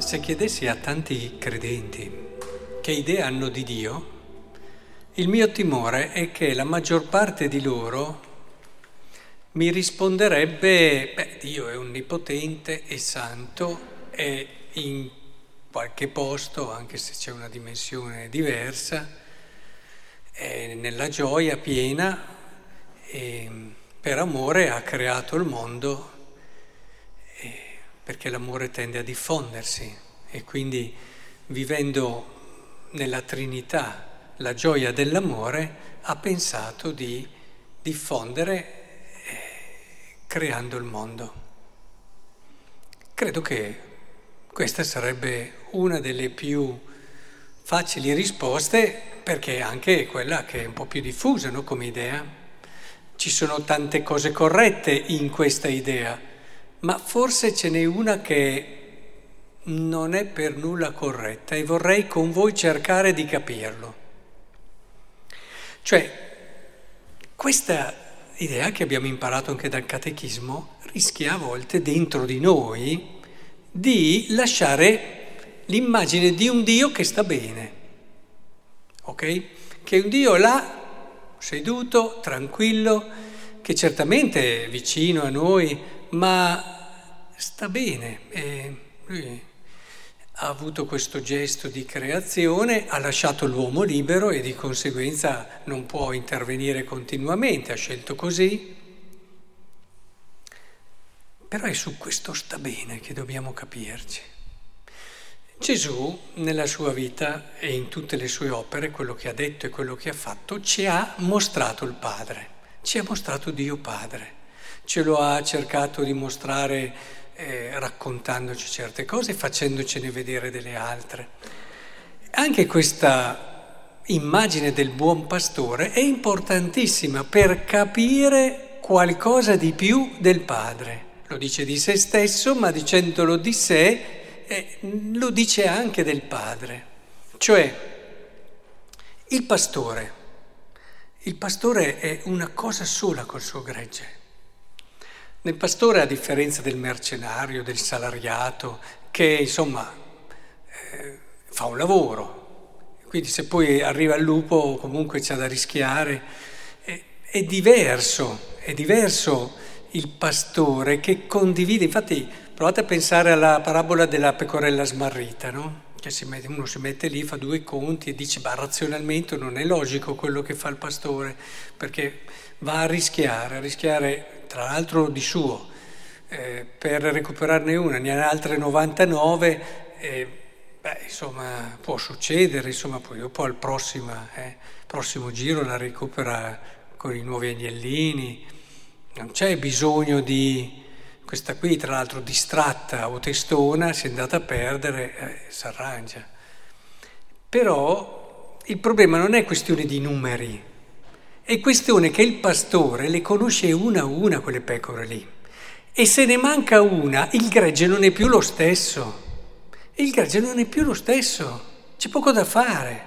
se chiedessi a tanti credenti che idea hanno di Dio, il mio timore è che la maggior parte di loro mi risponderebbe: Dio è onnipotente, è santo, è in qualche posto, anche se c'è una dimensione diversa, è nella gioia piena e per amore ha creato il mondo, perché l'amore tende a diffondersi e quindi vivendo nella Trinità la gioia dell'amore ha pensato di diffondere creando il mondo. Credo che questa sarebbe una delle più facili risposte, perché è anche quella che è un po' più diffusa, no, come idea. Ci sono tante cose corrette in questa idea, ma forse ce n'è una che non è per nulla corretta e vorrei con voi cercare di capirlo. Cioè, questa idea che abbiamo imparato anche dal catechismo rischia a volte dentro di noi di lasciare l'immagine di un Dio che sta bene, ok? Che è un Dio là, seduto, tranquillo, che certamente è vicino a noi, ma sta bene. Lui ha avuto questo gesto di creazione, ha lasciato l'uomo libero e di conseguenza non può intervenire continuamente, ha scelto così. Però è su questo sta bene che dobbiamo capirci. Gesù nella sua vita e in tutte le sue opere, quello che ha detto e quello che ha fatto, ci ha mostrato il Padre, ci ha mostrato Dio Padre, ce lo ha cercato di mostrare raccontandoci certe cose, facendocene vedere delle altre. Anche questa immagine del buon pastore è importantissima per capire qualcosa di più del Padre. Lo dice di se stesso, ma dicendolo di sé, lo dice anche del Padre. Cioè, il pastore è una cosa sola col suo gregge. Nel pastore, a differenza del mercenario, del salariato, che insomma fa un lavoro, quindi se poi arriva il lupo comunque c'è da rischiare, è diverso il pastore che condivide. Infatti provate a pensare alla parabola della pecorella smarrita, no? Che uno si mette lì, fa due conti e dice: razionalmente non è logico quello che fa il pastore, perché va a rischiare tra l'altro di suo, per recuperarne una, ne ha altre 99, insomma può succedere, insomma poi dopo al prossimo giro la recupera con i nuovi agnellini, non c'è bisogno di questa qui, tra l'altro distratta o testona, si è andata a perdere, si arrangia. Però il problema non è questione di numeri, è questione che il pastore le conosce una a una quelle pecore lì, e se ne manca una il gregge non è più lo stesso, c'è poco da fare.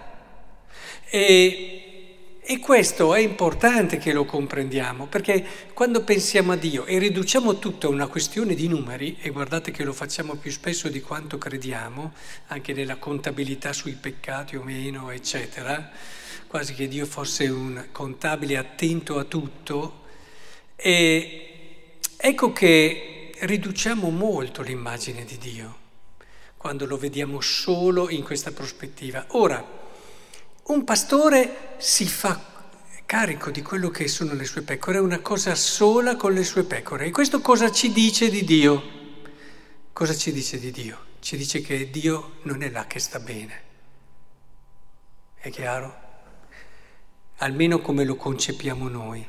E questo è importante che lo comprendiamo, perché quando pensiamo a Dio e riduciamo tutto a una questione di numeri, e guardate che lo facciamo più spesso di quanto crediamo, anche nella contabilità sui peccati o meno, eccetera, quasi che Dio fosse un contabile attento a tutto, e ecco che riduciamo molto l'immagine di Dio, quando lo vediamo solo in questa prospettiva. Ora, un pastore si fa carico di quello che sono le sue pecore, è una cosa sola con le sue pecore. E questo cosa ci dice di Dio? Cosa ci dice di Dio? Ci dice che Dio non è là che sta bene. È chiaro? Almeno come lo concepiamo noi.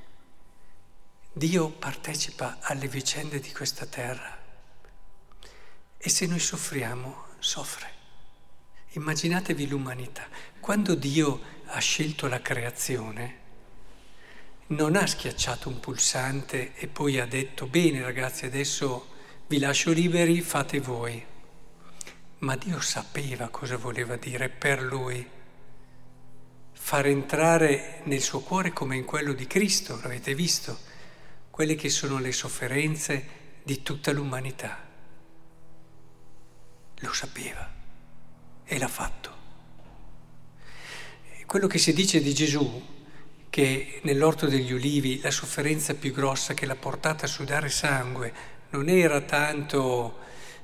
Dio partecipa alle vicende di questa terra e se noi soffriamo, soffre. Immaginatevi l'umanità. Quando Dio ha scelto la creazione, non ha schiacciato un pulsante e poi ha detto: bene ragazzi, adesso vi lascio liberi, fate voi. Ma Dio sapeva cosa voleva dire per lui. Far entrare nel suo cuore, come in quello di Cristo, l'avete visto, quelle che sono le sofferenze di tutta l'umanità. lo sapeva e l'ha fatto. Quello che si dice di Gesù, che nell'orto degli ulivi la sofferenza più grossa che l'ha portata a sudare sangue non era tanto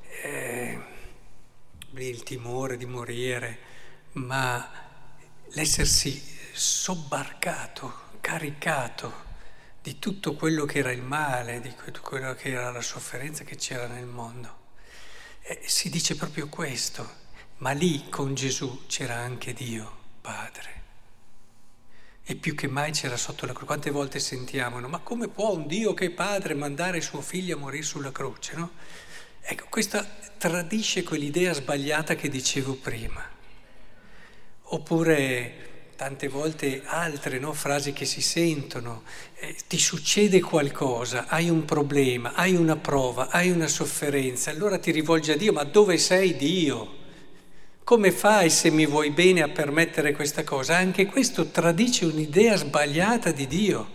il timore di morire, ma l'essersi sobbarcato, caricato di tutto quello che era il male, di tutto quello che era la sofferenza che c'era nel mondo. Si dice proprio questo, ma lì con Gesù c'era anche Dio, Padre. E più che mai c'era sotto la croce. Quante volte sentiamo, no? Ma come può un Dio che è Padre mandare suo figlio a morire sulla croce, no? Ecco, questa tradisce quell'idea sbagliata che dicevo prima. Oppure tante volte altre, no? Frasi che si sentono, ti succede qualcosa, hai un problema, hai una prova, hai una sofferenza, allora ti rivolgi a Dio, ma dove sei Dio? Come fai, se mi vuoi bene, a permettere questa cosa? Anche questo tradisce un'idea sbagliata di Dio.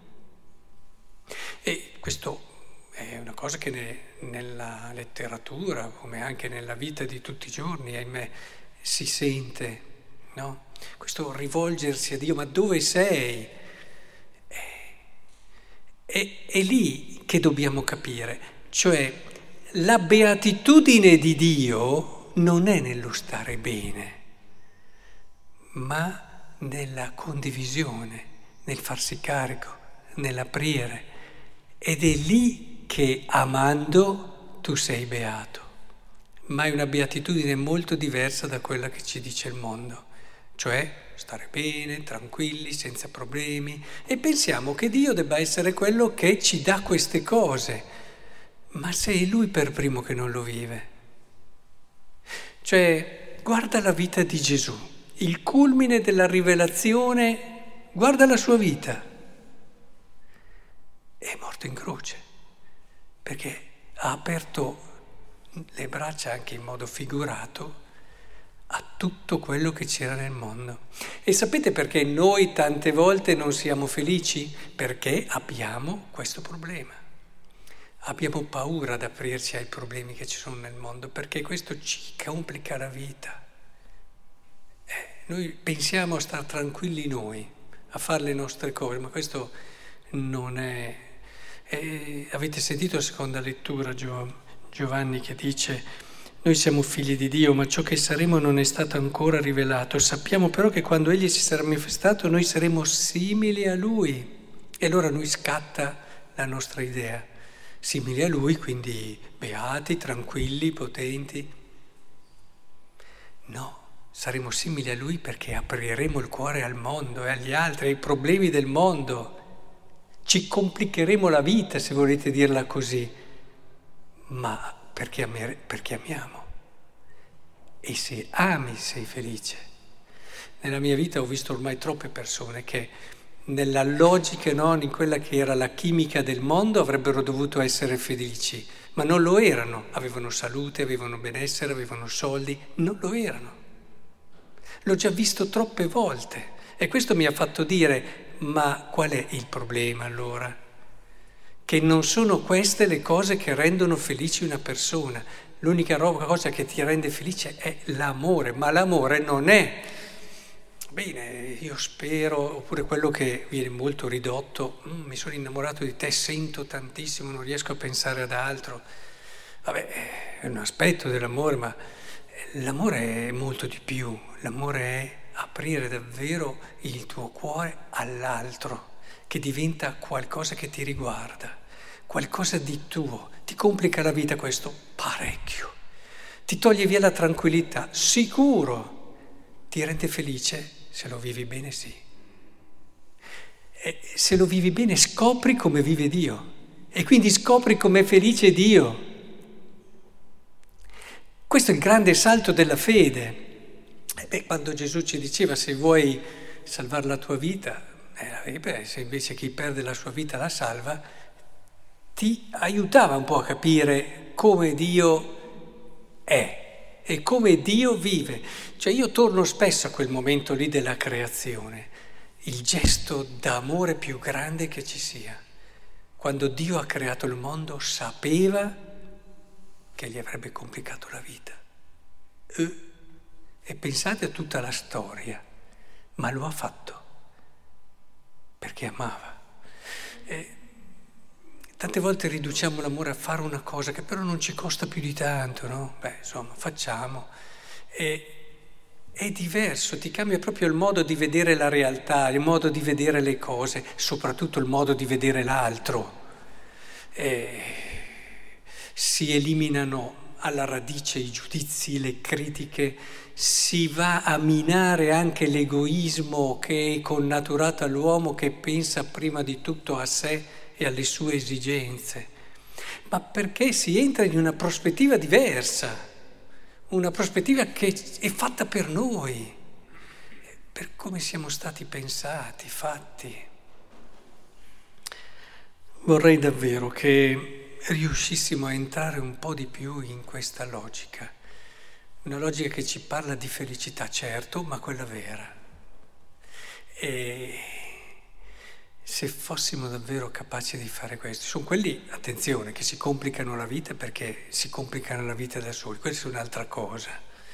E questo è una cosa che nella letteratura, come anche nella vita di tutti i giorni, ahimè, si sente, no? Questo rivolgersi a Dio, ma dove sei? È lì che dobbiamo capire, cioè la beatitudine di Dio non è nello stare bene, ma nella condivisione, nel farsi carico, nell'aprire. Ed è lì che amando tu sei beato. Ma è una beatitudine molto diversa da quella che ci dice il mondo, cioè stare bene, tranquilli, senza problemi. E pensiamo che Dio debba essere quello che ci dà queste cose, ma se è Lui per primo che non lo vive. Cioè, guarda la vita di Gesù, il culmine della rivelazione, guarda la sua vita. È morto in croce, perché ha aperto le braccia anche in modo figurato a tutto quello che c'era nel mondo. E sapete perché noi tante volte non siamo felici? Perché abbiamo questo problema. Abbiamo paura ad aprirci ai problemi che ci sono nel mondo, perché questo ci complica la vita. Noi pensiamo a stare tranquilli noi, a fare le nostre cose, ma questo non è. Avete sentito la seconda lettura, Giovanni, che dice: noi siamo figli di Dio, ma ciò che saremo non è stato ancora rivelato. Sappiamo però che quando Egli si sarà manifestato noi saremo simili a Lui. E allora noi scatta la nostra idea. Simili a Lui, quindi beati, tranquilli, potenti. No, saremo simili a Lui perché apriremo il cuore al mondo e agli altri, ai problemi del mondo. Ci complicheremo la vita, se volete dirla così, ma perché amiamo. E se ami sei felice. Nella mia vita ho visto ormai troppe persone che nella logica, non in quella che era la chimica del mondo, avrebbero dovuto essere felici, ma non lo erano. Avevano salute, avevano benessere, avevano soldi, non lo erano. L'ho già visto troppe volte e questo mi ha fatto dire: ma qual è il problema allora? Che non sono queste le cose che rendono felici una persona. L'unica cosa che ti rende felice è l'amore, ma l'amore non è bene, io spero, oppure quello che viene molto ridotto: mi sono innamorato di te, sento tantissimo, non riesco a pensare ad altro. Vabbè, è un aspetto dell'amore, ma l'amore è molto di più. L'amore è aprire davvero il tuo cuore all'altro, che diventa qualcosa che ti riguarda, qualcosa di tuo. Ti complica la vita questo? Parecchio. Ti toglie via la tranquillità? Sicuro. Ti rende felice? Se lo vivi bene, sì. E se lo vivi bene scopri come vive Dio e quindi scopri com'è felice Dio. Questo è il grande salto della fede. Quando Gesù ci diceva: se vuoi salvare la tua vita, se invece chi perde la sua vita la salva, ti aiutava un po' a capire come Dio è e come Dio vive. Cioè io torno spesso a quel momento lì della creazione, il gesto d'amore più grande che ci sia. Quando Dio ha creato il mondo sapeva che gli avrebbe complicato la vita. E pensate a tutta la storia, ma lo ha fatto perché amava. Tante volte riduciamo l'amore a fare una cosa che però non ci costa più di tanto, no? Insomma, facciamo. È diverso, ti cambia proprio il modo di vedere la realtà, il modo di vedere le cose, soprattutto il modo di vedere l'altro. Si eliminano alla radice i giudizi, le critiche, si va a minare anche l'egoismo che è connaturato all'uomo, che pensa prima di tutto a sé e alle sue esigenze, ma perché si entra in una prospettiva diversa, una prospettiva che è fatta per noi, per come siamo stati pensati, fatti. Vorrei davvero che riuscissimo a entrare un po' di più in questa logica, una logica che ci parla di felicità, certo, ma quella vera. E se fossimo davvero capaci di fare questo, sono quelli, attenzione, che si complicano la vita perché si complicano la vita da soli, questa è un'altra cosa.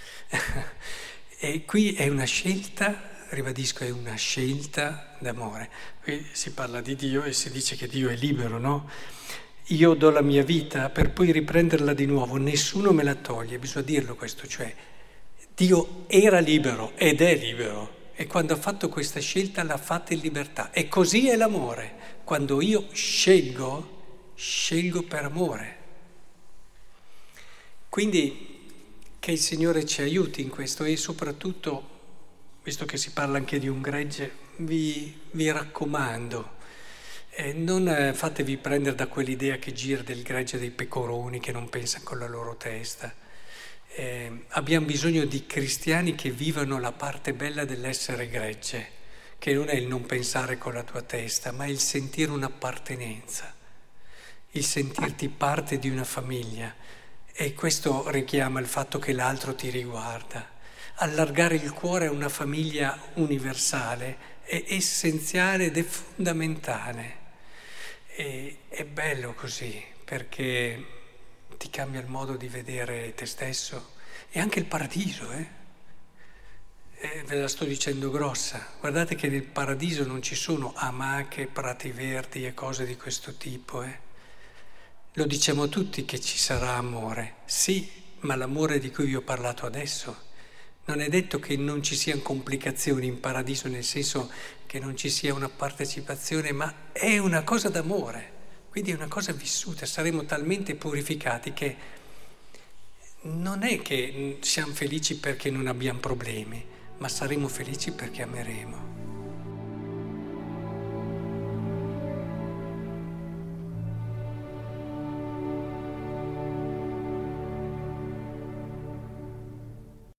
E qui è una scelta, ribadisco, è una scelta d'amore. Qui si parla di Dio e si dice che Dio è libero, no? Io do la mia vita per poi riprenderla di nuovo, nessuno me la toglie, bisogna dirlo questo, cioè Dio era libero ed è libero. E quando ha fatto questa scelta l'ha fatta in libertà. E così è l'amore. Quando io scelgo, scelgo per amore. Quindi che il Signore ci aiuti in questo e soprattutto, visto che si parla anche di un gregge, vi raccomando, non fatevi prendere da quell'idea che gira del gregge dei pecoroni che non pensano con la loro testa. Abbiamo bisogno di cristiani che vivano la parte bella dell'essere gregge, che non è il non pensare con la tua testa, ma il sentire un'appartenenza, il sentirti parte di una famiglia. E questo richiama il fatto che l'altro ti riguarda. Allargare il cuore a una famiglia universale è essenziale ed è fondamentale. È bello così, perché ti cambia il modo di vedere te stesso e anche il paradiso, ve la sto dicendo grossa. Guardate che nel paradiso non ci sono amache, prati verdi e cose di questo tipo, Lo diciamo tutti che ci sarà amore, sì, ma l'amore di cui vi ho parlato adesso non è detto che non ci siano complicazioni in paradiso, nel senso che non ci sia una partecipazione, ma è una cosa d'amore. Quindi è una cosa vissuta, saremo talmente purificati che non è che siamo felici perché non abbiamo problemi, ma saremo felici perché ameremo.